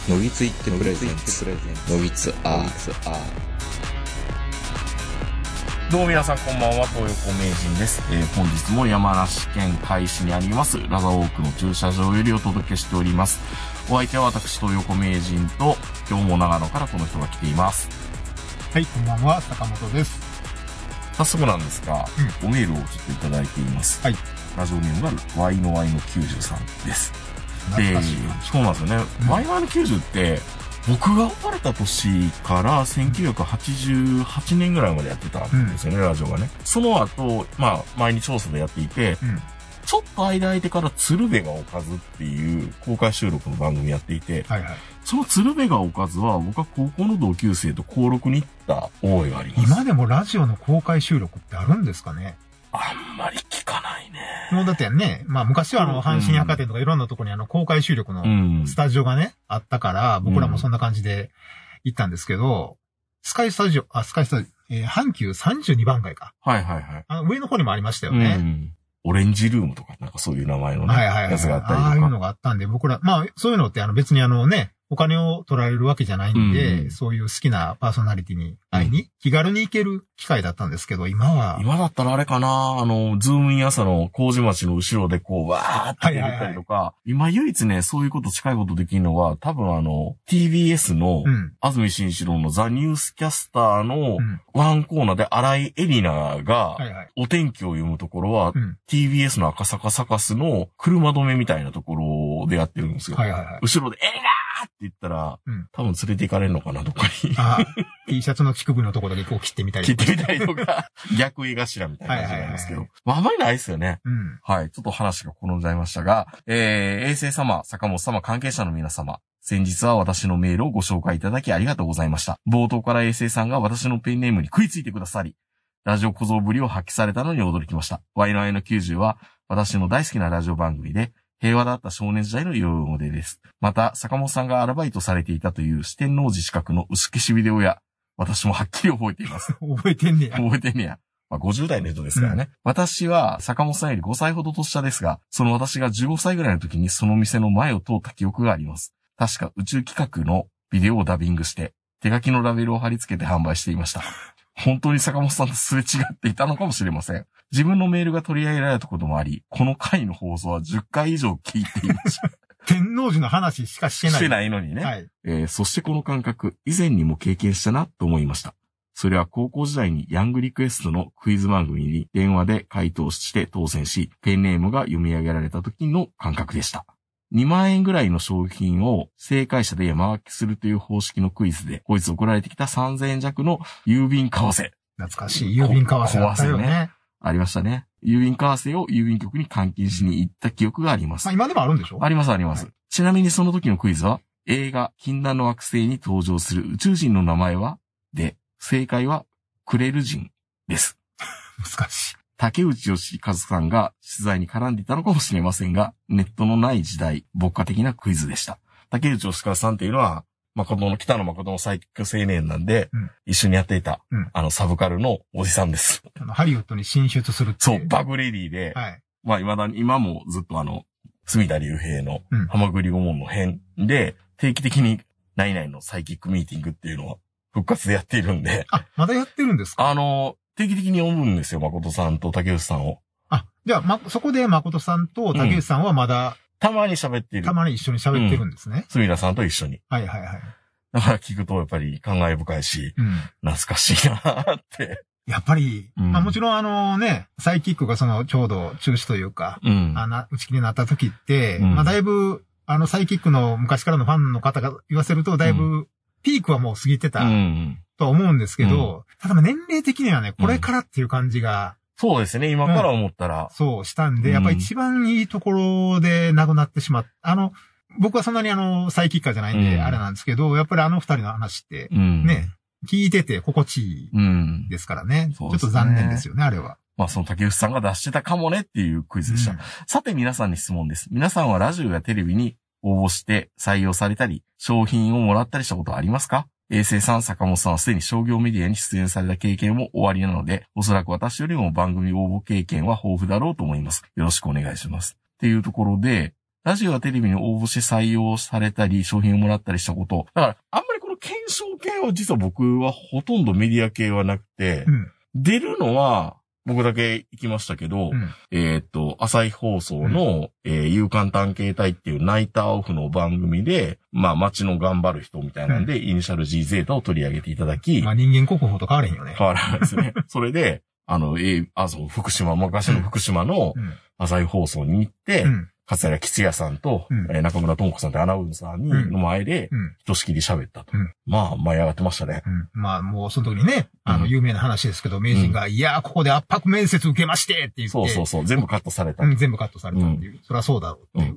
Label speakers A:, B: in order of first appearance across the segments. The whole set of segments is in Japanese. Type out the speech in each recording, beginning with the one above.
A: のぎついってプレゼンツのぎつア
B: どうも皆さんこんばんは、東横名人です。本日も山梨県甲斐市にありますラザウォークの駐車場よりお届けしております。お相手は私東横名人と、今日も長野からこの人が来ています。
C: はい、こんばんは、坂本です。
B: 早速なんですが、おメールをちょっといただいています。
C: はい。
B: ラジオネームが Y の Y の93です。
C: 懐かしい。
B: そうなんですよね。Y の Y の90って、僕が生まれた年から1988年ぐらいまでやってたんですよね、ラジオがね。その後、毎日放送でやっていて、ちょっと間空いてから鶴瓶がおかずっていう公開収録の番組やっていて、その鶴瓶がおかずは僕は高校の同級生と高6に行った覚えがあります。
C: 今でもラジオの公開収録ってあるんですかね？
B: あんまり聞かないね。
C: もうだってね、昔は阪神百貨店とかいろんなところに公開収録のスタジオがね、あったから、僕らもそんな感じで行ったんですけど、阪急32番街か。上の方にもありましたよね。
B: オレンジルームとか、なんかそういう名前のね、やつがあったりとか。
C: ああいうのがあったんで、僕ら、そういうのって別にお金を取られるわけじゃないんで、そういう好きなパーソナリティに会いに、気軽に行ける機会だったんですけど、今
B: だったらあれかな、ズームイン朝の麹町の後ろでわーって出たりとか、今唯一ね、そういうこと近いことできるのは、多分TBS の、安住紳一郎のザ・ニュースキャスターのワンコーナーで新井エリナが、お天気を読むところは、TBS の赤坂サカスの車止めみたいなところでやってるんですよ。後ろでエリナーって言ったら、多分連れて行かれるのかな、どっかに。
C: T シャツの乳首のところだけ切ってみたり
B: とか。逆絵頭みたいな感じなんですけど。あんまりないですよね。はい。ちょっと話が転んじゃいましたが、衛星様、坂本様、関係者の皆様。先日は私のメールをご紹介いただきありがとうございました。冒頭から衛星さんが私のペンネームに食いついてくださり、ラジオ小僧ぶりを発揮されたのに驚きました。Y の I の90は私の大好きなラジオ番組で、平和だった少年時代の良い思い出です。また、坂本さんがアルバイトされていたという四天王寺近くの薄消しビデオや、私もはっきり覚えています。
C: 覚えてんね
B: や。50代の人ですからね。私は坂本さんより5歳ほど年下ですが、その私が15歳ぐらいの時にその店の前を通った記憶があります。確か宇宙企画のビデオをダビングして、手書きのラベルを貼り付けて販売していました。本当に坂本さんとすれ違っていたのかもしれません。自分のメールが取り上げられたこともあり、この回の放送は10回以上聞いていました。
C: 天王寺の話しかしてない。
B: してないのにね。そしてこの感覚、以前にも経験したなと思いました。それは高校時代にヤングリクエストのクイズ番組に電話で回答して当選し、ペンネームが読み上げられた時の感覚でした。2万円ぐらいの商品を正解者で山分けするという方式のクイズで、後日送られてきた3000円弱の郵便為替。
C: 懐かしい郵便為替あったよね。
B: ありましたね。郵便為替を郵便局に換金しに行った記憶があります。
C: 今でもあるんでしょ？
B: あります。ちなみにその時のクイズは、映画、禁断の惑星に登場する宇宙人の名前はで、正解はクレル人です。
C: 難しい。
B: 竹内義和さんが取材に絡んでいたのかもしれませんが、ネットのない時代、牧歌的なクイズでした。竹内義和さんっていうのは、北野誠のサイキック青年なんで、一緒にやっていた、サブカルのおじさんです。
C: ハリウッドに進出するっていう。
B: そう、バグレディで、今もずっと隅田隆平のハマグリ顧問の編で、定期的に何々のサイキックミーティングっていうのを復活でやっているんで。
C: まだやってるんですか？
B: 定期的に読むんですよ、誠さんと竹内さんを。
C: じゃあ、そこで誠さんと竹内さんはまだ、
B: たまに喋っている。
C: たまに一緒に喋ってるんですね。
B: 隅田さんと一緒に。だから聞くとやっぱり感慨深いし、懐かしいなって。
C: やっぱり、もちろんサイキックがちょうど中止というか、打ち切りになった時って、だいぶ、サイキックの昔からのファンの方が言わせると、だいぶ、ピークはもう過ぎてた、とは思うんですけど、ただ年齢的にはね、これからっていう感じが、
B: そうですね、今から思ったら。
C: そうしたんで、やっぱり一番いいところでなくなってしまった。僕はそんなにサイキッカーじゃないんで、あれなんですけど、やっぱり二人の話って、ね、聞いてて心地いいですからね。ちょっと残念ですよね、あれは。
B: その竹内さんが出してたかもねっていうクイズでした。さて皆さんに質問です。皆さんはラジオやテレビに応募して採用されたり、商品をもらったりしたことはありますか？衛星さん、坂本さんはすでに商業メディアに出演された経験も終わりなので、おそらく私よりも番組応募経験は豊富だろうと思います。よろしくお願いします。っていうところで、 ラジオやテレビに応募して採用されたり、商品をもらったりしたこと。だから、あんまりこの検証系は実は僕はほとんどメディア系はなくて、出るのは僕だけ行きましたけど、朝日放送の、夕刊探検隊っていうナイターオフの番組で、まあ街の頑張る人みたいなんで、イニシャル G ゼータを取り上げていただき、
C: まあ人間国宝と変われへんよね。
B: 変わらないですね。それで、福島、昔の福島の朝日放送に行って、桂吉也さんと、中村智子さんってアナウンサーの前で、ひとしきり喋ったと。まあ、舞い上がってましたね。
C: まあ、もうその時にね、有名な話ですけど、名人が、いやー、ここで圧迫面接受けましてって言って。
B: そう、全部カットされた。
C: 全部カットされたっていう。そりゃそうだろうっていう。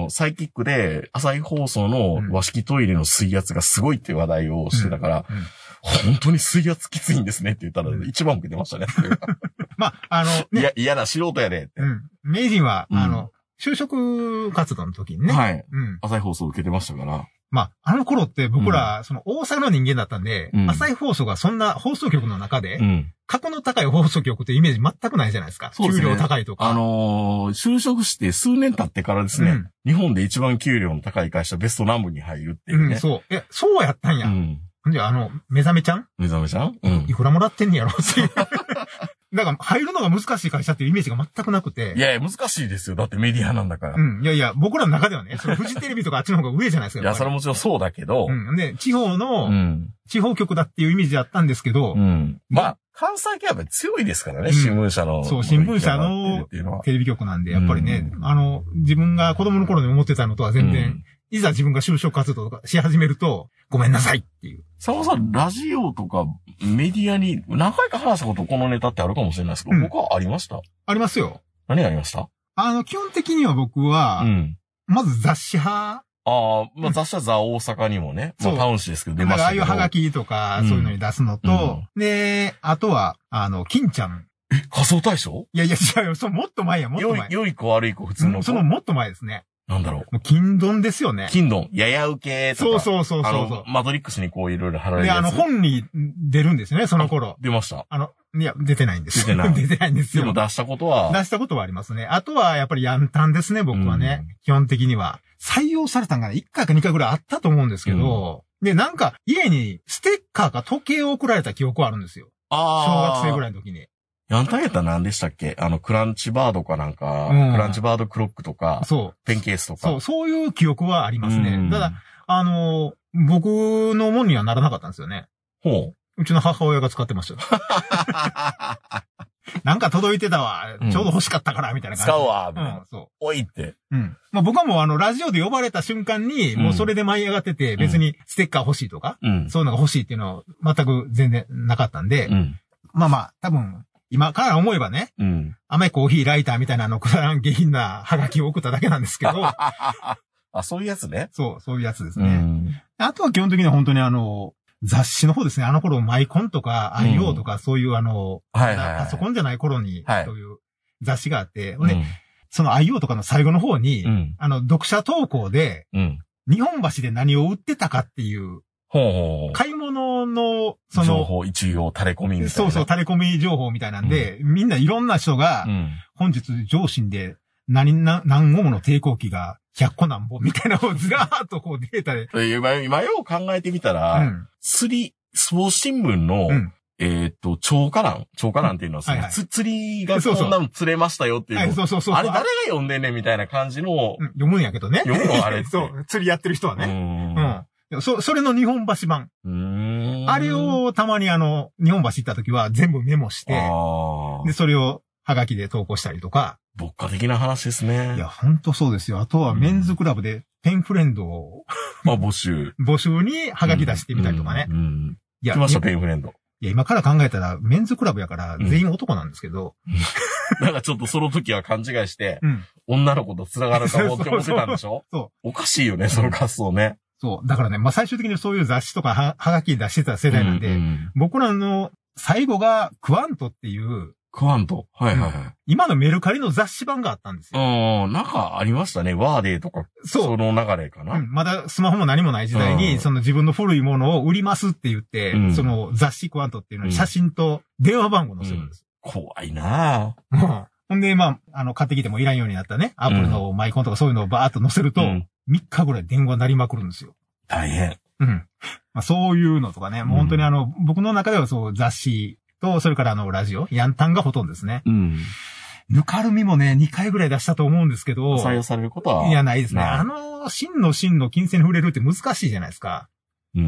B: サイキックで、朝日放送の和式トイレの水圧がすごいっていう話題をしてたから、本当に水圧きついんですねって言ったら、一番受けてましたね。
C: まあ、
B: 嫌な素人やでって。
C: 名人は、就職活動の時にね。
B: はい。朝日放送受けてましたから。
C: まあ、あの頃って僕ら、大阪の人間だったんで、朝日放送がそんな放送局の中で、格の高い放送局ってイメージ全くないじゃないですか。給料高いとか。
B: 就職して数年経ってからですね、日本で一番給料の高い会社ベスト何部に入るっていうね。
C: そう。そうやったんや。じゃあ、目覚めちゃんいくらもらってんねやろっていう。だから、入るのが難しい会社っていうイメージが全くなくて。
B: いや、難しいですよ。だってメディアなんだから。
C: いや、僕らの中ではね、フジテレビとかあっちの方が上じゃないですか。
B: いや、それもちろんそうだけど。
C: で、地方局だっていうイメージだったんですけど。
B: まあ、関西系はやっぱり強いですからね、新聞社の。
C: そう、新聞社のテレビ局なんで、やっぱりね、自分が子供の頃に思ってたのとは全然、いざ自分が就職活動とかし始めると、ごめんなさいっていう。
B: 佐野さん、ラジオとかメディアに何回か話したことこのネタってあるかもしれないですけど、僕はありました？
C: ありますよ。
B: 何がありました？
C: 基本的には僕は、まず雑誌派。
B: まあ雑誌はザ大阪にもね、まあタウン誌ですけど出ましたけど。
C: ああいうハガキとか、そういうのに出すのと、で、あとは、金ちゃん。
B: 仮想大賞？
C: いや、違うよ。もっと前や、もっと前。
B: 良い子悪い子普通の子。
C: そのもっと前ですね。
B: なんだろう。
C: もう金ドンですよね。
B: 金ドン。やや受けとか。
C: そう。
B: マトリックスにこういろいろ貼られるやつ。
C: で、本に出るんですよね、その頃。
B: 出ました。
C: いや、出てないんです。
B: 出てない
C: んですよ。
B: でも出したことは
C: ありますね。あとは、やっぱりヤンタンですね、僕はね。基本的には。採用されたんがね、1回か2回ぐらいあったと思うんですけど、で、なんか、家にステッカーか時計を送られた記憶はあるんですよ。小学生ぐらいの時に。
B: ヤンタンやったら何でしたっけ？クランチバードかなんか、クランチバードクロックとか、ペンケースとか。
C: そういう記憶はありますね。ただ、僕のもんにはならなかったんですよね。うちの母親が使ってました。なんか届いてたわ。ちょうど欲しかったから、みたいな感じ。
B: 使うわ。おいって。
C: まあ僕はもうラジオで呼ばれた瞬間に、もうそれで舞い上がってて、別にステッカー欲しいとか、そういうのが欲しいっていうのは全く全然なかったんで、まあ、多分、今から思えばね、甘いコーヒーライターみたいなくだらん下品なハガキを送っただけなんですけど。
B: そういうやつね。
C: そういうやつですね。あとは基本的には本当に雑誌の方ですね。あの頃マイコンとか IO とかそういうパソコンじゃない頃にそういう雑誌があって、その IO とかの最後の方に、読者投稿で、日本橋で何を売ってたかっていう、買い物の、
B: 情報一応垂れ込みみたいな。
C: そう、垂れ込み情報みたいなんで、みんないろんな人が、本日上信で何ゴムの抵抗機が100個なんぼみたいなのをずらーっとこうデータで。
B: 今よう考えてみたら、スポーツ新聞の、超過欄っていうのは、釣りがこんなの釣れましたよっていう。あれ誰が読んでんねんみたいな感じの。
C: 読むんやけどね。
B: 読むのあれって。
C: そう、釣りやってる人はね。それの日本橋版。あれをたまに日本橋行った時は全部メモして、で、それをハガキで投稿したりとか。
B: 牧歌的な話ですね。
C: いや、ほんとそうですよ。あとはメンズクラブでペンフレンドを
B: 募集に
C: ハガキ出してみたりとかね。
B: いや、来ました、ペンフレンド。
C: いや、今から考えたらメンズクラブやから全員男なんですけど。
B: なんかちょっとその時は勘違いして、女の子と繋がるかもって思ってたんでしょ？そう。おかしいよね、その活動ね。そう。だからね、まあ、最終的にそういう雑誌とかはがき出してた世代なんで、僕らの最後がクワントっていう。 クワント。はいはいはい。
C: 今のメルカリの雑誌版があったんですよ。
B: なんかありましたね。ワーデーとか。その流れかな。
C: まだスマホも何もない時代に、その自分の古いものを売りますって言って、その雑誌クワントっていうのに写真と電話番号載せるんです。
B: 怖いな
C: ぁ。 ほんで、まあ、買ってきてもいらんようになったね、アップルのマイコンとかそういうのをバーっと載せると、3日ぐらい電話鳴りまくるんですよ。
B: 大変。
C: うん。まあ、そういうのとかね、もう本当に僕の中ではそう雑誌と、それからラジオ、ヤンタンがほとんどですね。うん。ぬかるみもね、2回ぐらい出したと思うんですけど。
B: 採用されることは。
C: いや、ないですね。真の金銭に触れるって難しいじゃないですか。
B: うん。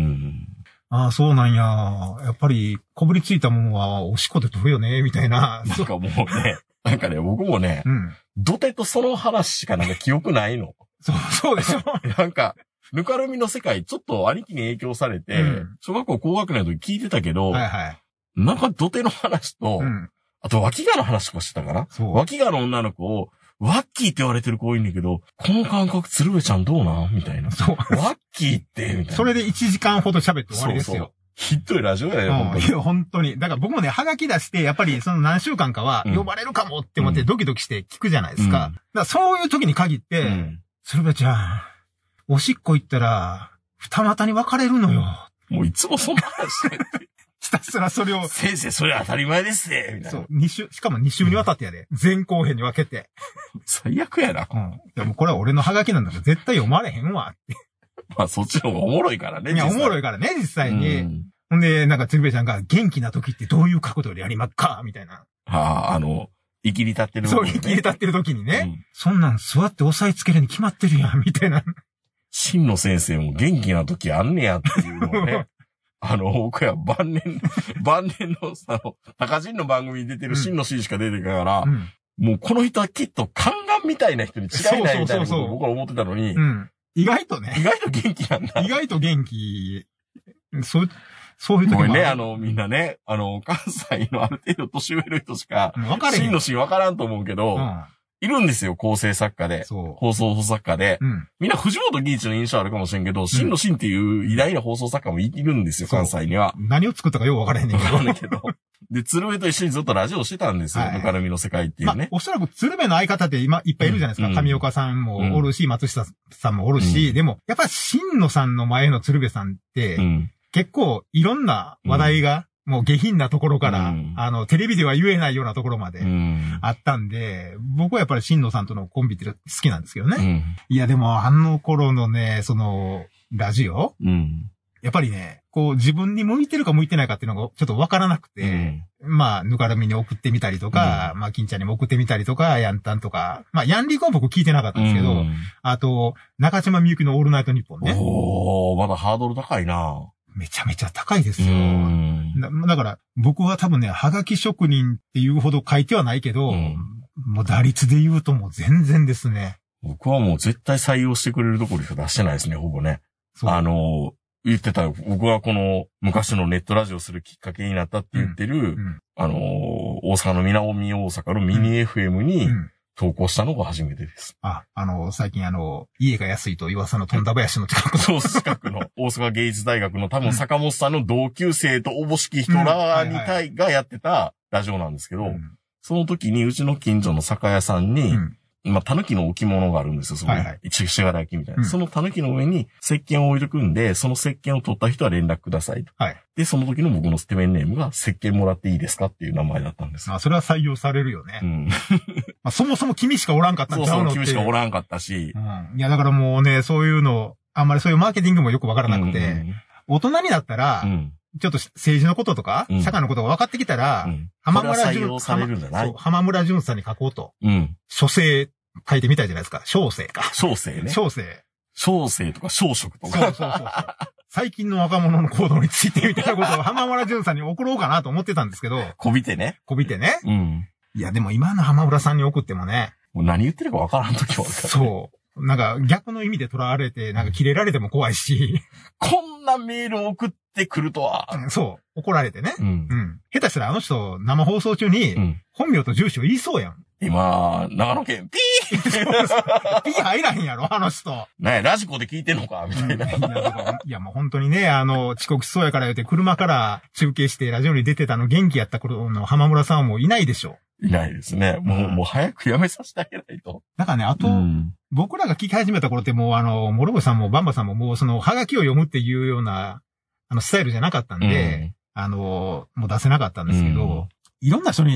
C: ああ、そうなんや。やっぱり、こぶりついたものは、おしっこで飛ぶよね、みたいな。
B: なんかもうね、僕もね、土手とその話しかなんか記憶ないの。
C: そうでしょ。
B: なんか、ぬかるみの世界、ちょっと兄貴に影響されて、小学校高学年の時聞いてたけど、なんか土手の話と、あと、脇がの話とかしてたかな？脇がの女の子を、ワッキーって言われてる子多いんだけど、この感覚、鶴瓶ちゃんどうなんみたいな。ワッキーって、みたいな。
C: それで1時間ほど喋って終わりですよ。
B: そうひどいラジオやよ、本当に。
C: いや、本当に。だから僕もね、ハガキ出して、やっぱりその何週間かは、呼ばれるかもって思ってドキドキして聞くじゃないですか。だからそういう時に限って、鶴瓶ちゃん、おしっこ行ったら、二股に分かれるのよ。
B: もういつもそんな話してる。
C: ひたすらそれを。
B: 先生、それ当たり前ですね、みたいな。
C: そう、しかも2週にわたってやで。前後編に分けて。
B: 最悪やな。
C: でもこれは俺のハガキなんだから絶対読まれへんわって。
B: まあそっちの方がおもろいからね。
C: いや、おもろいからね、実際に。ほんで、なんか鶴瓶ちゃんが元気な時ってどういう角度でやりまっかみたいな。
B: 生きり立ってる、
C: そう、生きり立ってる時にね。そんなん座って押さえつけるに決まってるやん、みたいな。
B: 真の先生も元気な時あんねやっていうのをね。僕は晩年の、高人の番組に出てる真の真しか出てるから、もうこの人はきっと宦官みたいな人に違いないみたいなことを僕は思ってたのに、
C: 意外とね。
B: 意外と元気なんだ。
C: 意外と元気。そういう時も。
B: これね、みんなね、関西のある程度年上の人しか、真の真わからんと思うけど、いるんですよ、構成作家で。放送作家で。みんな藤本義一の印象あるかもしれんけど、真の真っていう偉大な放送作家もいるんですよ、関西には。
C: 何を作ったかよくわからへんねんけど。
B: で、鶴瓶と一緒にずっとラジオしてたんですよ、ぬかるみの世界っていうね。
C: おそらく鶴瓶の相方って今いっぱいいるじゃないですか。上岡さんもおるし、松下さんもおるし、でも、やっぱ真野さんの前の鶴瓶さんって、結構いろんな話題が、もう下品なところから、テレビでは言えないようなところまであったんで、僕はやっぱり真野さんとのコンビって好きなんですけどね。いや、でもあの頃のね、ラジオ、やっぱりね、こう自分に向いてるか向いてないかっていうのがちょっとわからなくて、まあ、ぬかるみに送ってみたりとか、まあ、金ちゃんにも送ってみたりとか、ヤンタンとか、まあ、ヤンリコは僕聞いてなかったんですけど、あと、中島みゆきのオールナイトニッポンね。
B: まだハードル高いな。
C: めちゃめちゃ高いですよ。だから、僕は多分ね、はがき職人っていうほど書いてはないけど、もう打率で言うともう全然ですね。
B: 僕はもう絶対採用してくれるところしか出してないですね、ほぼね。言ってた、僕はこの昔のネットラジオするきっかけになったって言ってる、大阪の南大阪のミニ FM に投稿したのが初めてです。
C: 最近家が安いと噂の富田林の近くの。
B: そう、近くの大阪芸術大学の多分坂本さんの同級生とおぼしき人らがやってたラジオなんですけど、その時にうちの近所の酒屋さんに、まあ、狸の置物があるんですよ、そこに。一しがら焼きみたいな。その狸の上に石鹸を置いとくんで、その石鹸を取った人は連絡くださいと。で、その時の僕のステメンネームが石鹸もらっていいですかっていう名前だったんです。
C: それは採用されるよね。そもそも君しかおらんかったんちゃうのって。
B: そう、君しかおらんかったし。
C: いや、だからもうね、そういうの、あんまりそういうマーケティングもよくわからなくて、大人になったら、ちょっと政治のこととか、社会のことが分かってきたら、浜村淳さんに書こうと。書生書いてみたいじゃないですか。小生か。
B: 小生ね。
C: 小生。
B: 小生とか小食とか。
C: そう。最近の若者の行動についてみたいなことを浜村淳さんに送ろうかなと思ってたんですけど。
B: こびてね。
C: いや、でも今の浜村さんに送ってもね。
B: もう何言ってるか分からんときはあるから、ね。
C: そう。なんか逆の意味で捉われて、なんかキレられても怖いし。
B: こんなメールを送ってくるとは。
C: そう。怒られてね。下手したらあの人生放送中に、本名と住所言いそうやん。
B: 今、長野県、ピー
C: ピー入らへんやろ、あの人。
B: ねえ、ラジコで聞いてんのかみたいな。
C: いや、もう本当にね、遅刻しそうやから言って、車から中継してラジオに出てたの元気やった頃の浜村さんはもういないでしょ。
B: いないですね。もう早くやめさせてあげないと。
C: だからね、あと、僕らが聞き始めた頃ってもう諸星さんもバンバさんももうハガキを読むっていうような、スタイルじゃなかったんで、もう出せなかったんですけど、いろんな人に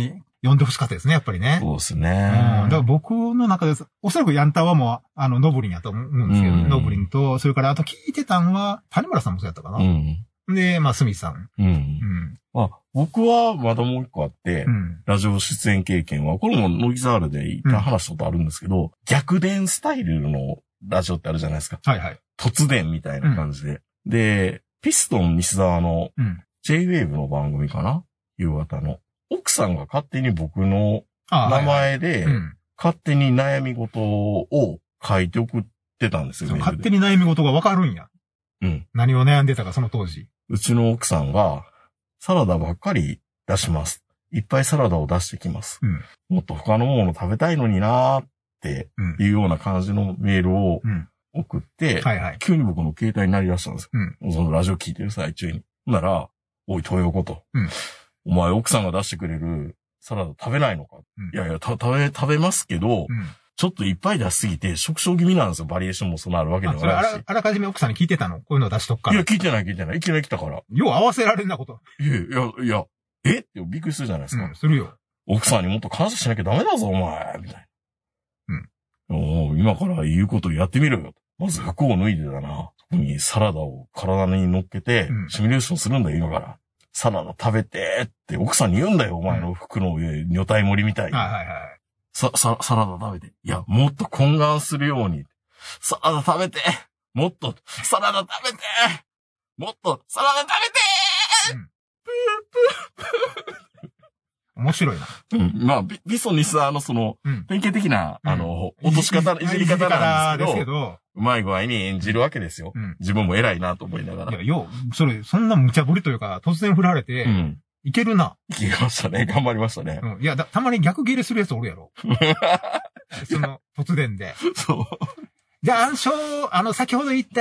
C: 読んでほしかったですね、やっぱりね。
B: そうですね。
C: だから僕の中で、おそらくヤンタはもう、ノブリンやと思うんですけど、ノブリンと、それからあと聞いてたんは、谷村さんもそうやったかな。で、まあ、スミさん。
B: 僕はまだもう一個あって、ラジオ出演経験は、これも乃木ザールで一回話したことあるんですけど、逆伝スタイルのラジオってあるじゃないですか。はいはい。突伝みたいな感じで。で、ピストン西澤の J-Wave の番組かな、夕方の。奥さんが勝手に僕の名前で、勝手に悩み事を書いて送ってたんですよ。
C: 勝手に悩み事がわかるんや。何を悩んでたか、その当時。
B: うちの奥さんが、サラダばっかり出します。いっぱいサラダを出してきます。もっと他のもの食べたいのになーっていうような感じのメールを送って、急に僕の携帯になりだしたんですよ。そのラジオ聞いてる最中に。なら、おい、豊横と。お前奥さんが出してくれるサラダ食べないのか、いやいや、食べますけど、ちょっといっぱい出しすぎて、食傷気味なんですよ。バリエーションもそんなあるわけではないし。
C: あらかじめ奥さんに聞いてたの？こういうの出しとくから。
B: いや、聞いてない。いきなり来たから。
C: よう合わせられんなこと。
B: いや、えってびっくりするじゃないですか。
C: するよ。
B: 奥さんにもっと感謝しなきゃダメだぞ、お前みたいな。今から言うことやってみろよ。まず服を脱いでだな。そこにサラダを体に乗っけて、シミュレーションするんだよ、今から。サラダ食べてって奥さんに言うんだよ、お前の服の上、女体盛りみたいに。サラダ食べて。いや、もっと懇願するように。サラダ食べて。もっと、サラダ食べて。もっと、サラダ食べて。
C: 面白いな。
B: まあ、ビソニスその、典型的な、落とし方、いじり方なんですけど、うまい具合に演じるわけですよ。自分も偉いなと思いながら。
C: いや、そんな無茶ぶりというか、突然振られて、いけるな。
B: いけましたね。頑張りましたね。
C: いや、たまに逆ギレするやつおるやろ。その、突然で。
B: そう。
C: じゃあ、先ほど言った、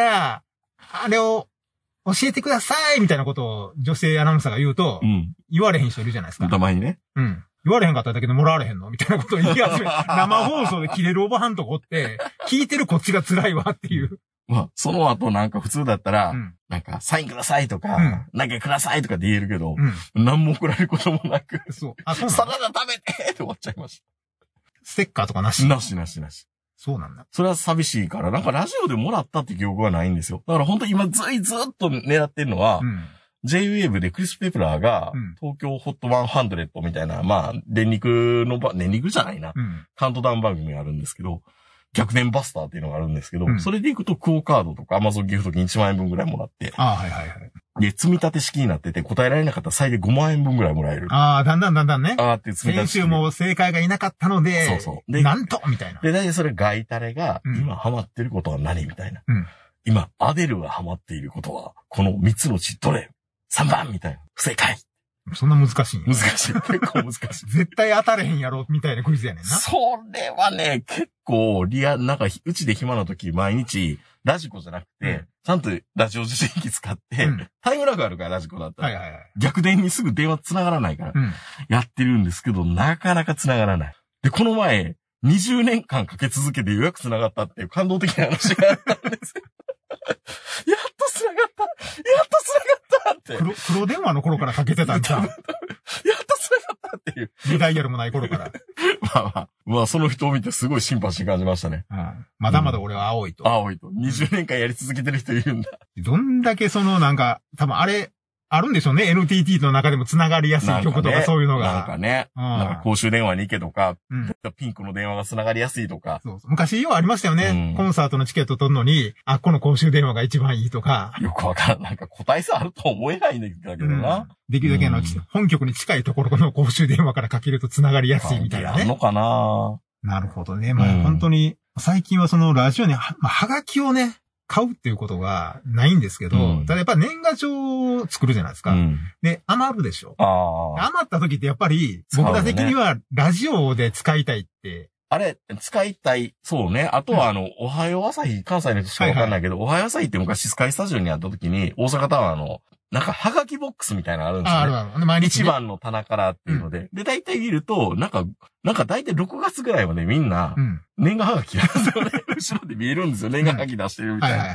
C: あれを教えてくださいみたいなことを女性アナウンサーが言うと、言われへん人いるじゃないですか。
B: たまにね。
C: 言われへんかっただけでもらわれへんのみたいなことを言い始め、生放送で切れるおばはんとこって、聞いてるこっちが辛いわっていう。
B: まあ、その後なんか普通だったら、なんかサインくださいとか、なんかくださいとかって言えるけど、何も送られることもなく、サラダ食べてって終わっちゃいました。
C: ステッカーとかなし？
B: なし。
C: そうなんだ。
B: それは寂しいから、なんかラジオでもらったって記憶はないんですよ。だから本当今ずっと狙ってるのは、J-Wave でクリス・ペプラーが、東京ホット100みたいな、まあ、電力じゃないな、カウントダウン番組があるんですけど、逆転バスターっていうのがあるんですけど、それで行くとクオカードとか Amazon ギフト金1万円分ぐらいもらって、で、積み立て式になってて答えられなかったら最大5万円分ぐらいもらえる。
C: だんだんね。
B: って積み立て式。
C: 先週も正解がいなかったので、で、なんとみたいな。
B: で、大体それガイタレが、今ハマってることは何みたいな。今、アデルがハマっていることは、この3つのうちどれ ?3 番みたいな。不正解。
C: そんな難しいんや。
B: 難しい。結構難しい。
C: 絶対当たれへんやろ、みたいなクイズやねんな。
B: それはね、結構なんか、うちで暇な時、毎日、ラジコじゃなくて、ちゃんとラジオ受信機使って、タイムラグあるから、ラジコだったら。逆電にすぐ電話繋がらないから、やってるんですけど、なかなか繋がらない。で、この前、20年間かけ続けて予約繋がったっていう感動的な話があったんですよ。やっと繋がったって。
C: 黒電話の頃からかけてたんだ。
B: やっと繋がったっていう。
C: リダイヤルもない頃から。
B: まあ、その人を見てすごいシンパシー感じましたね。
C: まだまだ俺は青いと。
B: 20年間やり続けてる人いるんだ。
C: どんだけなんか、多分あれ、あるんでしょうね。NTT の中でも繋がりやすい曲とかそういうのが。
B: なんかね。なんか公衆電話に行けとか、ピンクの電話が繋がりやすいとか。
C: 昔ようありましたよね。コンサートのチケット取るのに、この公衆電話が一番いいとか。
B: よくわからん。なんか個体差あると思えないんだけどな。
C: できるだけ本局に近いところの公衆電話からかけると繋がりやすいみたいなね。
B: あるのかな？
C: なるほどね。まあ本当に、最近はそのラジオに、はがきをね、買うっていうことがないんですけど、ただやっぱ年賀状を作るじゃないですか。で、余るでしょ。余った時ってやっぱり、僕ら的にはラジオで使いたいって。
B: あれ、使いたい。そうね。あとはおはよう朝日、関西の人しかわかんないけど、おはよう朝日って昔スカイスタジオにあった時に、大阪タワーの、なんか、はがきボックスみたいなのあるんですよね。
C: ある。毎日、
B: 一番の棚からっていうので。で、大体見ると、なんか大体6月ぐらいまでみんな、年賀はがきなんですよね。後ろで見えるんですよ。年賀はがき出してるみたいな。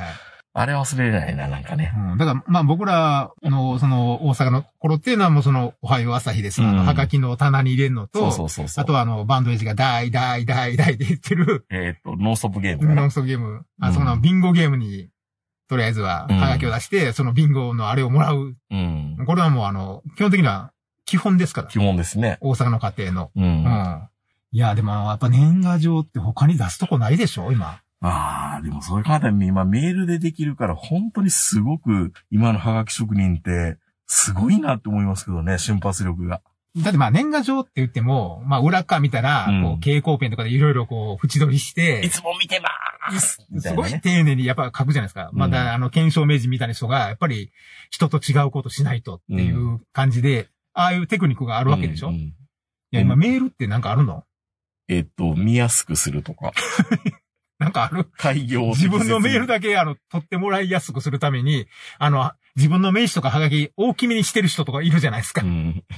B: あれ忘れられないな、なんかね。
C: だから、まあ僕らの、その、大阪の頃っていうのはもうその、おはよう朝日です。はがきの棚に入れるのと、あとはバンドエイジが大で言ってる。
B: ノンストップゲーム。
C: ノンストップゲーム。そのビンゴゲームに、とりあえずは、はがきを出して、そのビンゴのあれをもらう。これはもう基本的には、基本ですから。
B: 基本ですね。
C: 大阪の家庭の。いや、でもやっぱ年賀状って他に出すとこないでしょ今。
B: でもそういう方に今メールでできるから本当にすごく今のハガキ職人ってすごいなって思いますけどね、瞬発力が。
C: だって年賀状って言っても、裏側見たら、こう蛍光ペンとかでいろいろこう縁取りして、
B: いつも見てまーすみたいな、ね。
C: すごい丁寧にやっぱ書くじゃないですか。また検証名人みたいな人が、やっぱり人と違うことしないとっていう感じで、ああいうテクニックがあるわけでしょ。いや、今メールってなんかあるの？
B: 見やすくするとか。
C: なんかある？
B: 開業。
C: 自分のメールだけ取ってもらいやすくするために、自分の名刺とかハガキ大きめにしてる人とかいるじゃないですか。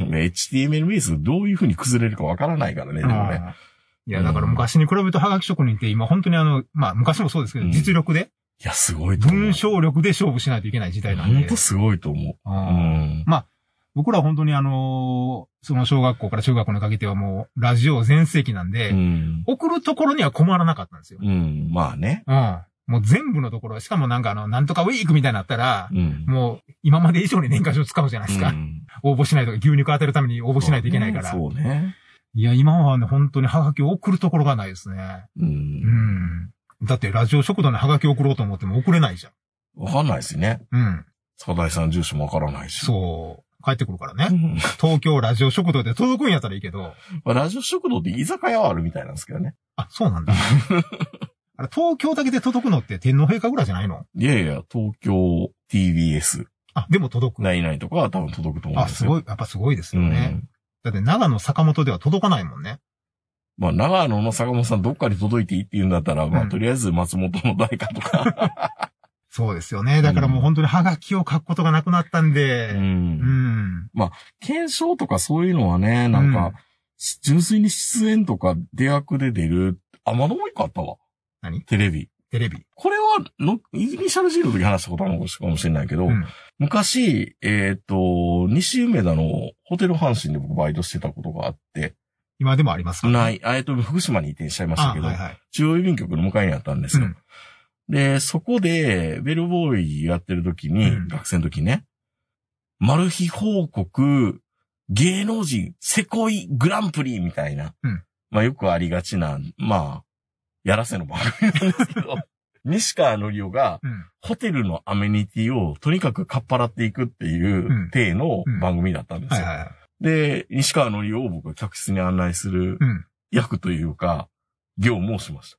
B: HTML ベースどういう風に崩れるかわからないからね、でもね。
C: いや、だから昔に比べるとハガキ職人って今本当に昔もそうですけど、実力で。
B: いや、すごいと思う。
C: 文章力で勝負しないといけない時代なんで。
B: 本当すごいと思う。
C: 僕らは本当にその小学校から中学校にかけてはもう、ラジオ全盛期なんで、送るところには困らなかったんですよ。
B: まあね。
C: もう全部のところ、しかもなんとかウィークみたいになったら、もう今まで以上に年賀状使うじゃないですか。応募しないとか、牛肉当てるために応募しないといけないから。
B: そうね。
C: いや、今はね、本当にハガキを送るところがないですね。だってラジオ食堂にハガキ送ろうと思っても送れないじゃん。
B: わかんないですね。坂大さん住所もわからないし。
C: そう。帰ってくるからね。東京ラジオ食堂で届くんやったらいいけど。
B: ラジオ食堂って居酒屋はあるみたいなんですけどね。
C: あ、そうなんだ。東京だけで届くのって天皇陛下ぐらいじゃないの？
B: いやいや、東京 TBS。
C: でも届く。
B: ないとかは多分届くと思うんですよ。
C: やっぱすごいですよね。だって長野坂本では届かないもんね。
B: 長野の坂本さんどっかに届いていいって言うんだったら、とりあえず松本の誰かとか。
C: そうですよね。だからもう本当にハガキを書くことがなくなったんで。
B: 検証とかそういうのはね、なんか、純粋に出演とか出役で出る。まだもう一個あったわ。
C: 何？
B: テレビ。これはイニシャル G の時話したことあるのかもしれないけど、昔、西梅田のホテル阪神で僕バイトしてたことがあって。
C: 今でもありますか？
B: ない。福島に移転しちゃいましたけど、中央郵便局の向かいにあったんですよ。で、そこで、ベルボーイやってる時に、学生の時ね、マル秘報告、芸能人、セコイグランプリみたいな、よくありがちな、やらせの番組なんですけど、西川のりおが、ホテルのアメニティをとにかくかっぱらっていくっていう体の番組だったんですよ。で、西川のりおを僕は客室に案内する役というか、業務をしました。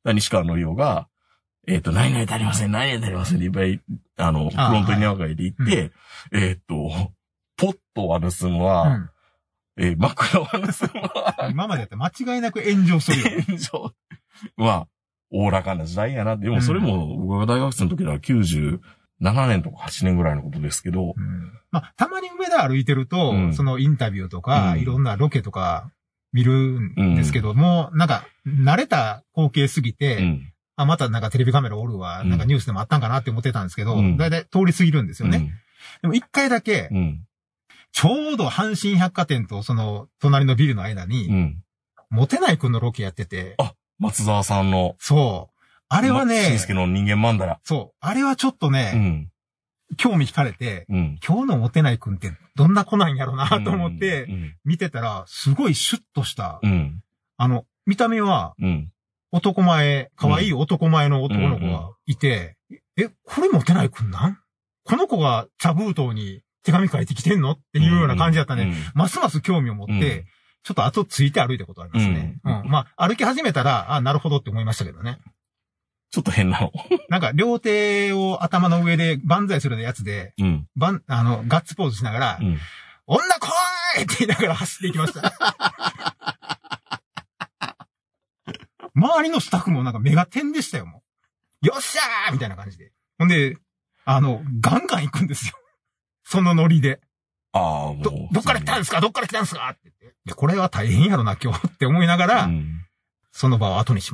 B: 西川のりおが、何々足りませんっていっぱい、フロントに長いで行って、ポットは盗むわ、枕は盗むわ。
C: 今までやって間違いなく炎上するよ。
B: 炎上。おおらかな時代やな。でもそれも、僕が大学生の時は97年とか8年ぐらいのことですけど。
C: たまに上田歩いてると、そのインタビューとか、いろんなロケとか見るんですけども、なんか、慣れた光景すぎて、またなんかテレビカメラおるわ、なんかニュースでもあったんかなって思ってたんですけど、だいたい通り過ぎるんですよね。でも一回だけ、ちょうど阪神百貨店とその隣のビルの間に、モテないくんのロケやってて。
B: 松沢さんの。
C: そう。あれはね。
B: しんすけの人間マンダラ。
C: そう。あれはちょっとね、興味惹かれて、今日のモテないくんってどんな子なんやろうなと思って、見てたら、すごいシュッとした、見た目は、男前、可愛い男前の男の子がいて、これモテないくんなん？この子が茶封筒に手紙書いてきてんのっていうような感じだったね。ますます興味を持って、ちょっと後ついて歩いたことありますね。歩き始めたら、なるほどって思いましたけどね。
B: ちょっと変なの。
C: なんか、両手を頭の上で万歳するやつで、ガッツポーズしながら、女来いって言いながら走っていきました。周りのスタッフもなんか目が点でしたよ、もう。よっしゃーみたいな感じで。ほんで、ガンガン行くんですよ。そのノリで。
B: もう。
C: どっから来たんですかって言って。これは大変やろな、今日って思いながら、その場を後にしましたね。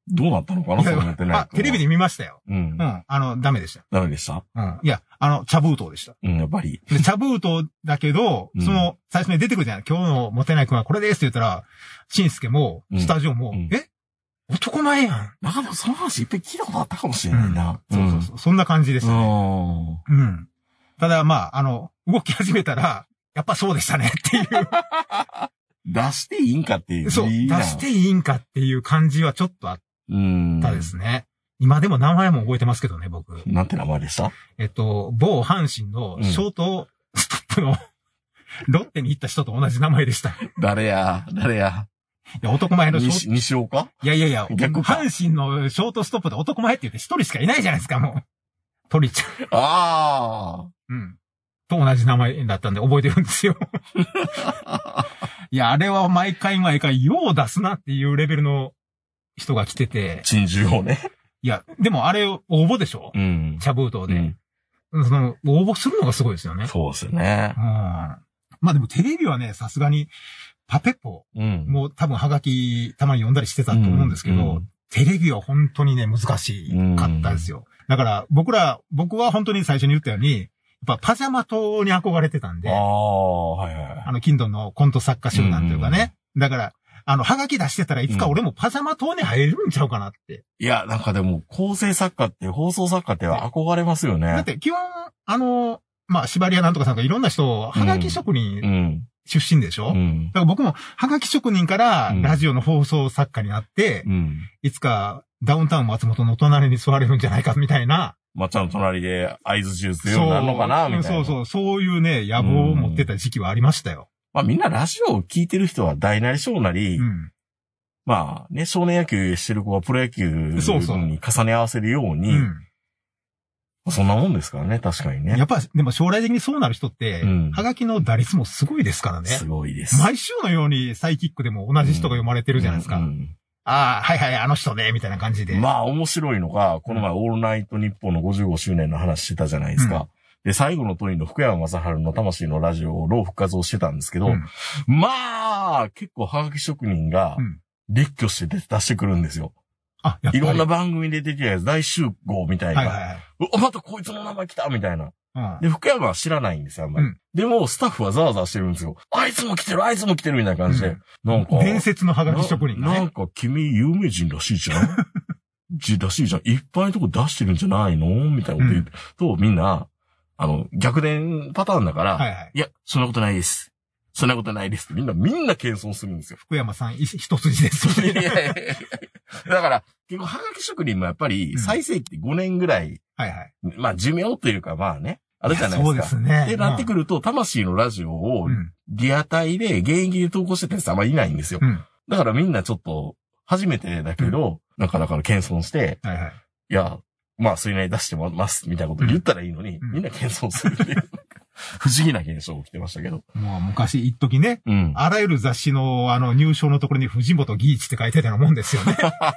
B: どうなったのかなそう思ってね。
C: テレビで見ましたよ。
B: うん。
C: ダメでした。
B: ダメでした？
C: うん。いや、茶封筒でした。
B: うん、やっぱり。
C: で、茶封筒だけど、最初に出てくるじゃない。今日のモテない君はこれですって言ったら、しんすけも、スタジオも、男前やん。
B: なんかでもその話いっぱい聞いたことあったかもしれないな。
C: そう。そんな感じでしたね。ただ、動き始めたら、やっぱそうでしたねっていう。
B: 出していいんかっていう。
C: そう、出していいんかっていう感じはちょっとあったですね。今でも名前も覚えてますけどね、僕。
B: なんて名前でした？
C: 某阪神のショートストップのロッテに行った人と同じ名前でした。
B: 誰や。
C: いや、男前の
B: 西岡？
C: いや、阪神のショートストップで男前って言って一人しかいないじゃないですか、もう。鳥ちゃん。と同じ名前だったんで覚えてるんですよ。いや、あれは毎回よう出すなっていうレベルの人が来てて。
B: 珍獣をね。
C: いや、でもあれ応募でしょ？茶封筒で。応募するのがすごいですよね。
B: そうですよね。
C: でもテレビはね、さすがに、パペポも多分ハガキたまに読んだりしてたと思うんですけど、テレビは本当にね、難しかったですよ。だから僕は本当に最初に言ったように、やっぱパジャマ党に憧れてたんで、キンドンのコント作家集団というかね。だから、ハガキ出してたらいつか俺もパジャマ党に入るんちゃうかなって。
B: いや、なんかでも、構成作家って、放送作家って憧れますよね。
C: だって基本、縛り屋なんとかさんがいろんな人、ハガキ職人出身でしょ？だから僕もハガキ職人からラジオの放送作家になって、いつかダウンタウン松本の隣に座れるんじゃないかみたいな。
B: まっちゃんの隣で合図中強くなるのかなみたいな。
C: そういうね、野望を持ってた時期はありましたよ。
B: みんなラジオを聞いてる人は大なり小なり、少年野球してる子はプロ野球に重ね合わせるように、そんなもんですからね、確かにね。
C: やっぱ、でも将来的にそうなる人って、ハガキの打率もすごいですからね。
B: すごいです。
C: 毎週のようにサイキックでも同じ人が読まれてるじゃないですか。あの人ね、みたいな感じで。
B: 面白いのが、この前、オールナイトニッポンの55周年の話してたじゃないですか。で、最後の問いの福山雅治の魂のラジオを老復活をしてたんですけど、結構ハガキ職人が、列挙して出してくるんですよ。いろんな番組で出てきたやつ、大集合みたいな。またこいつの名前来たみたいな。で、福山は知らないんですよ、あんまり。でも、スタッフはザワザワしてるんですよ。あいつも来てるみたいな感じで。なんか。
C: 伝説のハガキ職人
B: がね。なんか、君、有名人らしいじゃんらしいじゃん。いっぱいのとこ出してるんじゃないのみたいなこと言うと、みんな、逆伝パターンだから、いや、そんなことないです。そんなことないですってみんな謙遜するんですよ。
C: 福山さん、一筋です。
B: だから、結構、ハガキ職人もやっぱり、最盛期って5年ぐらい、寿命というか、あるじゃないですか。
C: そうですね。
B: で、なってくると、魂のラジオを、リアタイで、現役で投稿してたやつあんまりいないんですよ。だからみんなちょっと、初めてだけど、だから謙遜して、いや、それなりに出してます、みたいなこと言ったらいいのに、みんな謙遜するっていう。不思議な現象起きてましたけど。
C: もう昔、一時ね、あらゆる雑誌の入賞のところに藤本義一って書いてたようなもんですよね。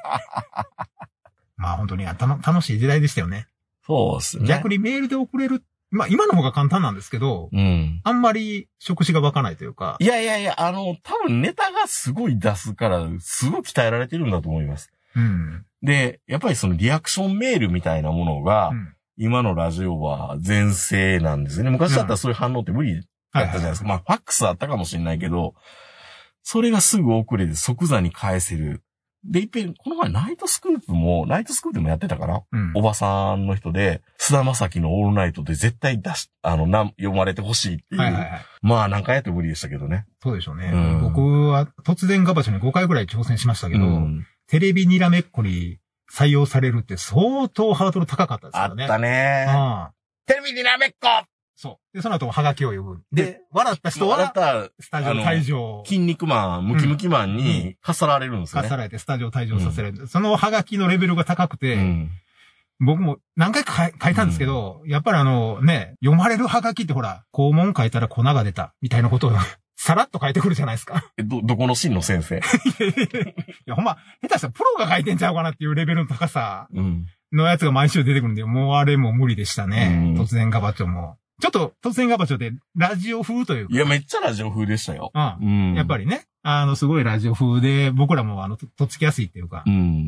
C: 本当に楽しい時代でしたよね。
B: そうですね。
C: 逆にメールで送れる、今の方が簡単なんですけど、あんまり触手が湧かないというか。
B: いや、多分ネタがすごい出すから、すごい鍛えられてるんだと思います。で、やっぱりそのリアクションメールみたいなものが、今のラジオは全盛なんですよね。昔だったらそういう反応って無理だったじゃないですか。ファックスあったかもしれないけど、それがすぐ遅れて即座に返せる。で、いっぺん、この前ナイトスクープでもやってたかな、おばさんの人で、菅田将暉のオールナイトで絶対読まれてほしいっていう。何回やっても無理でしたけどね。
C: そうでしょうね。僕は突然ガバチョに5回ぐらい挑戦しましたけど、テレビにらめっこに採用されるって相当ハードル高かったですからね。
B: あったね。テレビにらめっこ
C: そう。で、その後ハガキを呼ぶ。で、笑った人は、スタジオ退場。
B: 筋肉マン、ムキムキマンに、かっさられるんですよね。
C: かっさられて、スタジオ退場させられる。そのハガキのレベルが高くて、僕も何回か書いたんですけど、やっぱり読まれるハガキってほら、肛門書いたら粉が出た、みたいなことを、さらっと書いてくるじゃないですか。
B: どこの真の先生い
C: や、ほんま、下手したらプロが書いてんちゃうかなっていうレベルの高さのやつが毎週出てくるんで、もうあれも無理でしたね。突然ガバチョも。ちょっと突然ガバチョでラジオ風というか。
B: いや、めっちゃラジオ風でしたよ。
C: やっぱりね、すごいラジオ風で、僕らもとっつきやすいっていうか。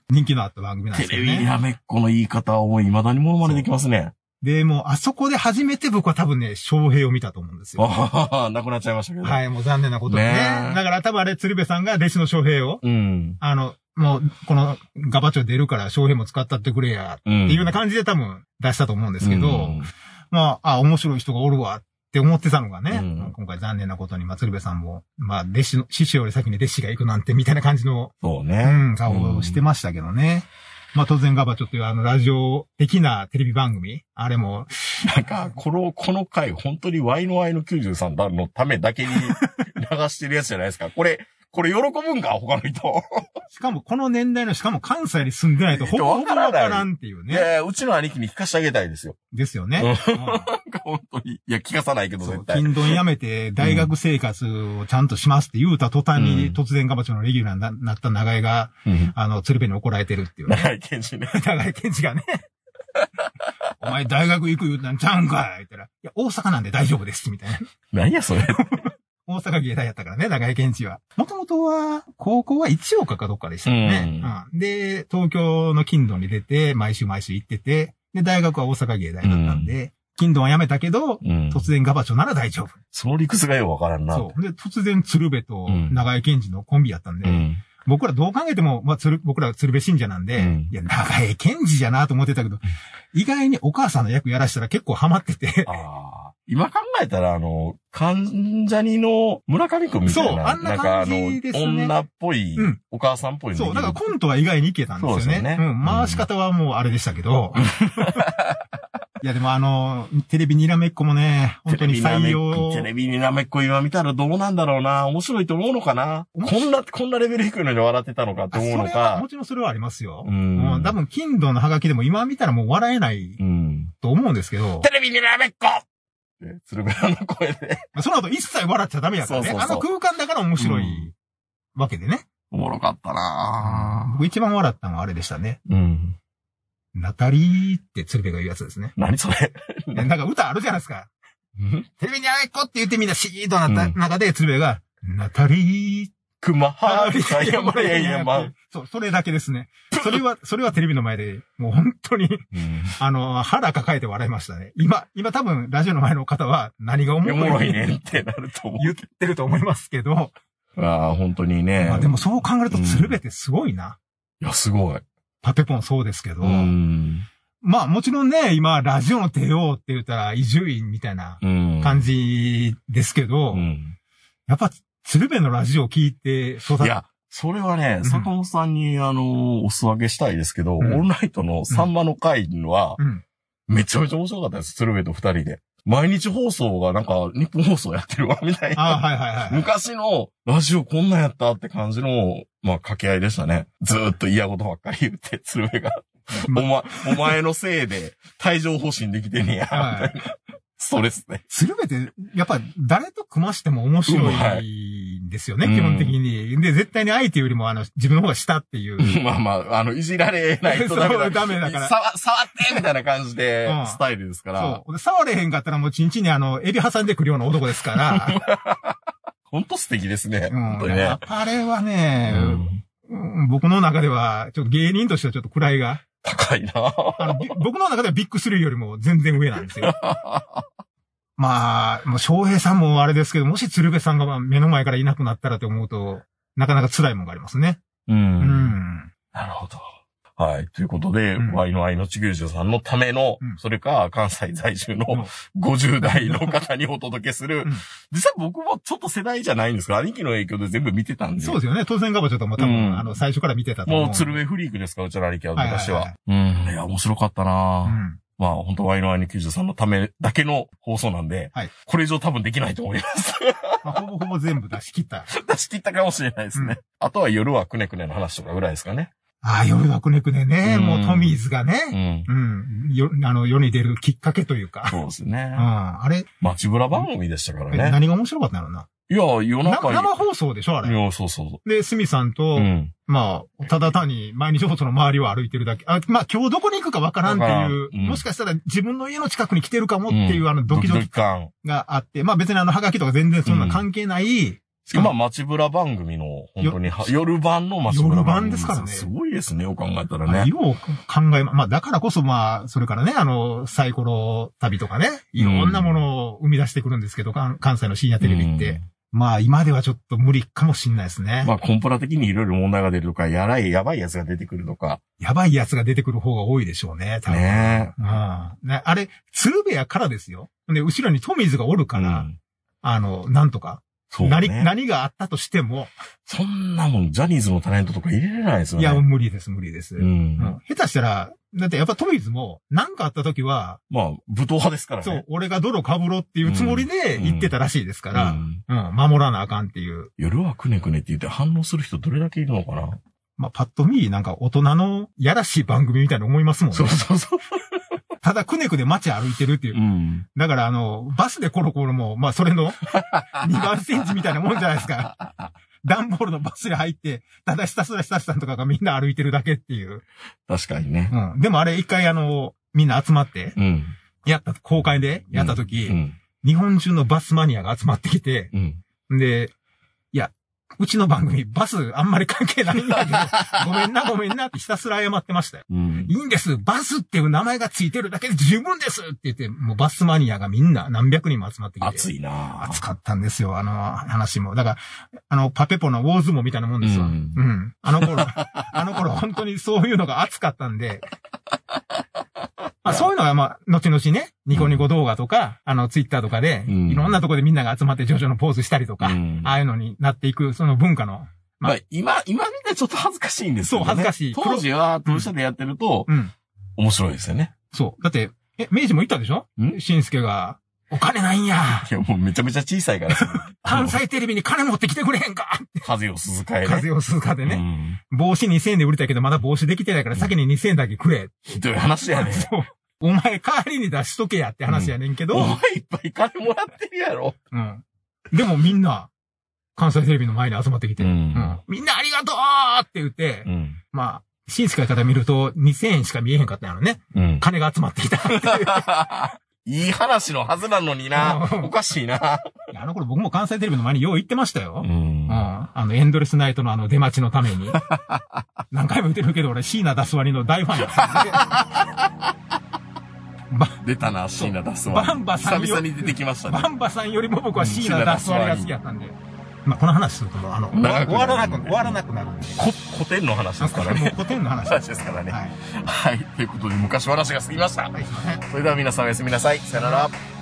C: 人気のあった番組なんですよね。
B: テレビにらめっこの言い方を未だにモノマネできますね。
C: で、もう、あそこで初めて僕は多分ね、翔平を見たと思うんですよ。
B: なくなっちゃいましたけど。
C: はい、もう残念なことにね。だから多分あれ、鶴瓶さんが弟子の翔平を、もう、このガバチョ出るから翔平も使ったってくれや、っていうような感じで多分出したと思うんですけど、まあ、面白い人がおるわって思ってたのがね、今回残念なことに、鶴瓶さんも、まあ、師匠より先に弟子が行くなんてみたいな感じの、
B: そうね。
C: 顔をしてましたけどね。まあ当然ガバチョっていうラジオ的なテレビ番組、あれも。
B: なんか、この回、本当に Y の Y の93のためだけに流してるやつじゃないですか。これ喜ぶんか他の人。
C: しかもこの年代の、しかも関西に住んでないとほぼわからんっていうね。
B: いやうちの兄貴に聞かしてあげたいですよ。
C: ですよね。
B: 本当に。いや、聞かさないけど絶対。
C: 金丼やめて大学生活をちゃんとしますって言うた途端に突然ガバチョのレギュラーになった長井が、鶴瓶に怒られてるっていうね。
B: 長井健二ね。
C: 長井健二がね。お前大学行く言うたんちゃうんかい言ったら、いや、大阪なんで大丈夫です、みたいな。
B: 何やそれ。
C: 大阪芸大やったからね、長井健一は。もともとは、高校は一岡かどっかでしたよね。で、東京の金丼に出て、毎週行ってて、で、大学は大阪芸大だったんで、金丼は辞めたけど、突然ガバチョなら大丈夫。
B: その理屈がよくわからんな。
C: そう。で、突然鶴瓶と長井健二のコンビやったんで、僕らどう考えても、まあ、僕ら鶴瓶信者なんで、いや、長井健二じゃなと思ってたけど、意外にお母さんの役やらしたら結構ハマってて。
B: 今考えたら、関ジャニの村上くんみたいな。
C: そう、あんな感じですね。
B: 女っぽい、お母さんっぽいの。
C: そう、だからコントは意外にいけたんですよね。そうですね。回し方はもうあれでしたけど。いやでもテレビにらめっこもね、本当に採用。
B: テレビにらめっこ今見たらどうなんだろうな。面白いと思うのかな。こんなレベル低いのに笑ってたのかって思うのか。
C: もちろんそれはありますよ。多分、金土のハガキでも今見たらもう笑えないと思うんですけど。
B: テレビにらめっこ鶴瓶の声で。
C: その後一切笑っちゃダメやからね。空間だから面白いわけでね。
B: おもろかったな
C: 僕一番笑ったのはあれでしたね。ナタリーって鶴瓶が言うやつですね。
B: 何それ
C: なんか歌あるじゃないですか。テレビにあいこって言ってみんなシーッとなった中で鶴瓶が、ナタリー、
B: 熊はり山山。
C: そう、それだけですね。それはテレビの前で、もう本当に、腹抱えて笑いましたね。今多分ラジオの前の方は何がおもろい
B: ねってなると思う。
C: 言ってると思いますけど。
B: 本当にね。
C: まあでもそう考えると鶴瓶ってすごいな。
B: いや、すごい。
C: パペポンそうですけど。まあもちろんね、今ラジオの帝王って言ったら伊集院みたいな感じですけど、やっぱ鶴瓶のラジオを聞いて育った。
B: いや、それはね、坂本さんにお裾分けしたいですけど、オンライトのサンマの会は、めちゃめちゃ面白かったです。鶴瓶と二人で。毎日放送がなんか日本放送やってるわ、みたいな。昔のラジオこんなんやったって感じの、まあ掛け合いでしたね。ずーっと嫌事ばっかり言って、鶴瓶が。お前のせいで帯状疱疹できてんねや、みたいな。ストレスね。
C: 鶴瓶って、やっぱ誰と組ましても面白いんですよね、基本的に。で、絶対に相手よりも自分の方が下っていう。
B: まあまあ、いじられないとダメだ。
C: ダメだから。
B: 触ってみたいな感じで、スタイルですから。
C: そう。触れへんかったらもうチンチンに襟挟んでくるような男ですから。
B: ほんと素敵ですね。本当にね。
C: あれはね、僕の中では、ちょっと芸人としてはちょっと位が。
B: 高いな
C: 僕の中ではビッグ3よりも全然上なんですよ。まあ、もう翔平さんもあれですけど、もし鶴瓶さんが目の前からいなくなったらって思うと、なかなか辛いもんがありますね。
B: なるほど。はい。ということで、Y の I のち93のための、それか関西在住の50代の方にお届けする。実際僕もちょっと世代じゃないんですけど、兄貴の影響で全部見てたんで。
C: そうですよね。当然ガバちょっとも多分、最初から見てたと思う。
B: もう鶴瓶フリークですから、うちの兄貴は昔は。いや、面白かったなまあ、本当 Y の I の93のためだけの放送なんで、これ以上多分できないと思います。
C: ほぼほぼ全部出し切った。
B: 出し切ったかもしれないですね。あとは夜はくねくねの話とかぐらいですかね。
C: 夜はくねくねね。もうトミーズがね。世に出るきっかけというか。
B: そうですね。
C: あれ
B: 街ブラ番組でしたからね。
C: 何が面白かったんだろうな。
B: いや、夜中に。
C: 生放送でしょあれ。
B: いや、そうそう。
C: で、スミさんと、まあ、ただ単に毎日放送の周りを歩いてるだけ。まあ、今日どこに行くかわからんっていう、もしかしたら自分の家の近くに来てるかもっていうドキドキ感があって、まあ別にハガキとか全然そんな関係ない、
B: しかも街ブラ番組の、本当に夜版の街ブラ番組。夜版ですからね。すごいですね、よく考えたらね。
C: よう考えまあ、だからこそそれからね、サイコロ旅とかね、いろんなものを生み出してくるんですけど、関西の深夜テレビって。今ではちょっと無理かもしんないですね。
B: コンプラ的にいろいろ問題が出るとか、やばいやつが出てくるとか。
C: やばいやつが出てくる方が多いでしょうね、多分。ねあれ、鶴瓶やからですよ。で、後ろにトミーズがおるから、なんとか。そうね。何があったとしても。
B: そんなもん、ジャニーズのタレントとか入れれないですよね。
C: いや、無理です。下手したら、だってやっぱトミーズも、何かあった時は、
B: 武闘派ですからね。
C: そう、俺が泥被ろっていうつもりで言ってたらしいですから、守らなあかんっていう。
B: 夜はくねくねって言って反応する人どれだけいるのかな。
C: パッと見、なんか大人のやらしい番組みたいに思いますもんね。
B: そう。
C: ただくねくね街歩いてるっていう。だからバスでコロコロも、それの2番センチみたいなもんじゃないですか。段ボールのバスに入って、ただひたすらさんとかがみんな歩いてるだけっていう。
B: 確かにね。
C: でもあれ一回みんな集まって、公開でやった時、日本中のバスマニアが集まってきて、で、いや、うちの番組バスあんまり関係ないんだけど、ごめんなってひたすら謝ってましたよ。いいんです。バスっていう名前がついてるだけで十分ですって言って、もうバスマニアがみんな何百人も集まってきて。
B: 熱いな
C: 熱かったんですよ、話も。だから、パペポのウォーズもみたいなもんですわ。あの頃本当にそういうのが熱かったんで、そういうのが後々ね、ニコニコ動画とか、ツイッターとかで、いろんなとこでみんなが集まってジョジョのポーズしたりとか、ああいうのになっていく、その文化の。
B: 今見てちょっと恥ずかしいんですよね。
C: そう、恥ずかしい。
B: 当時は当社でやってると、面白いですよね。
C: そう。だって、明治も言ったでしょ？しんすけが、お金ないんや。
B: いや、もうめちゃめちゃ小さいから。
C: 関西テレビに金持ってきてくれへんか
B: 風を鈴鹿でね。
C: 風を鈴鹿でね。帽子2000円で売りたいけど、まだ帽子できてないから先に2000円だけくれ。
B: ひどい話やね。そう。
C: お前代わりに出しとけやって話やねんけど。
B: お前いっぱい金もらってるやろ。
C: でもみんな、関西テレビの前に集まってきて、みんなありがとうって言って、しんすけから見ると2000円しか見えへんかったんやろね。金が集まってきたっていう。
B: いい話のはずなのにな。おかしいな。
C: 頃僕も関西テレビの前によう行ってましたよ。エンドレスナイトの出待ちのために。何回も言ってるけど俺椎名ダスワニの大ファンやったんで。
B: 出たな、椎名ダスワニ。
C: バンバさん。
B: 久々に出てきましたね。
C: バンバさんよりも僕は椎名ダスワニが好きやったんで。この話すると終わらなくなるんで。
B: 古典の話ですからね。
C: もう古典の話
B: ですからね。はい。ということで、昔話が過ぎました。それでは皆さんおやすみなさい。さよなら。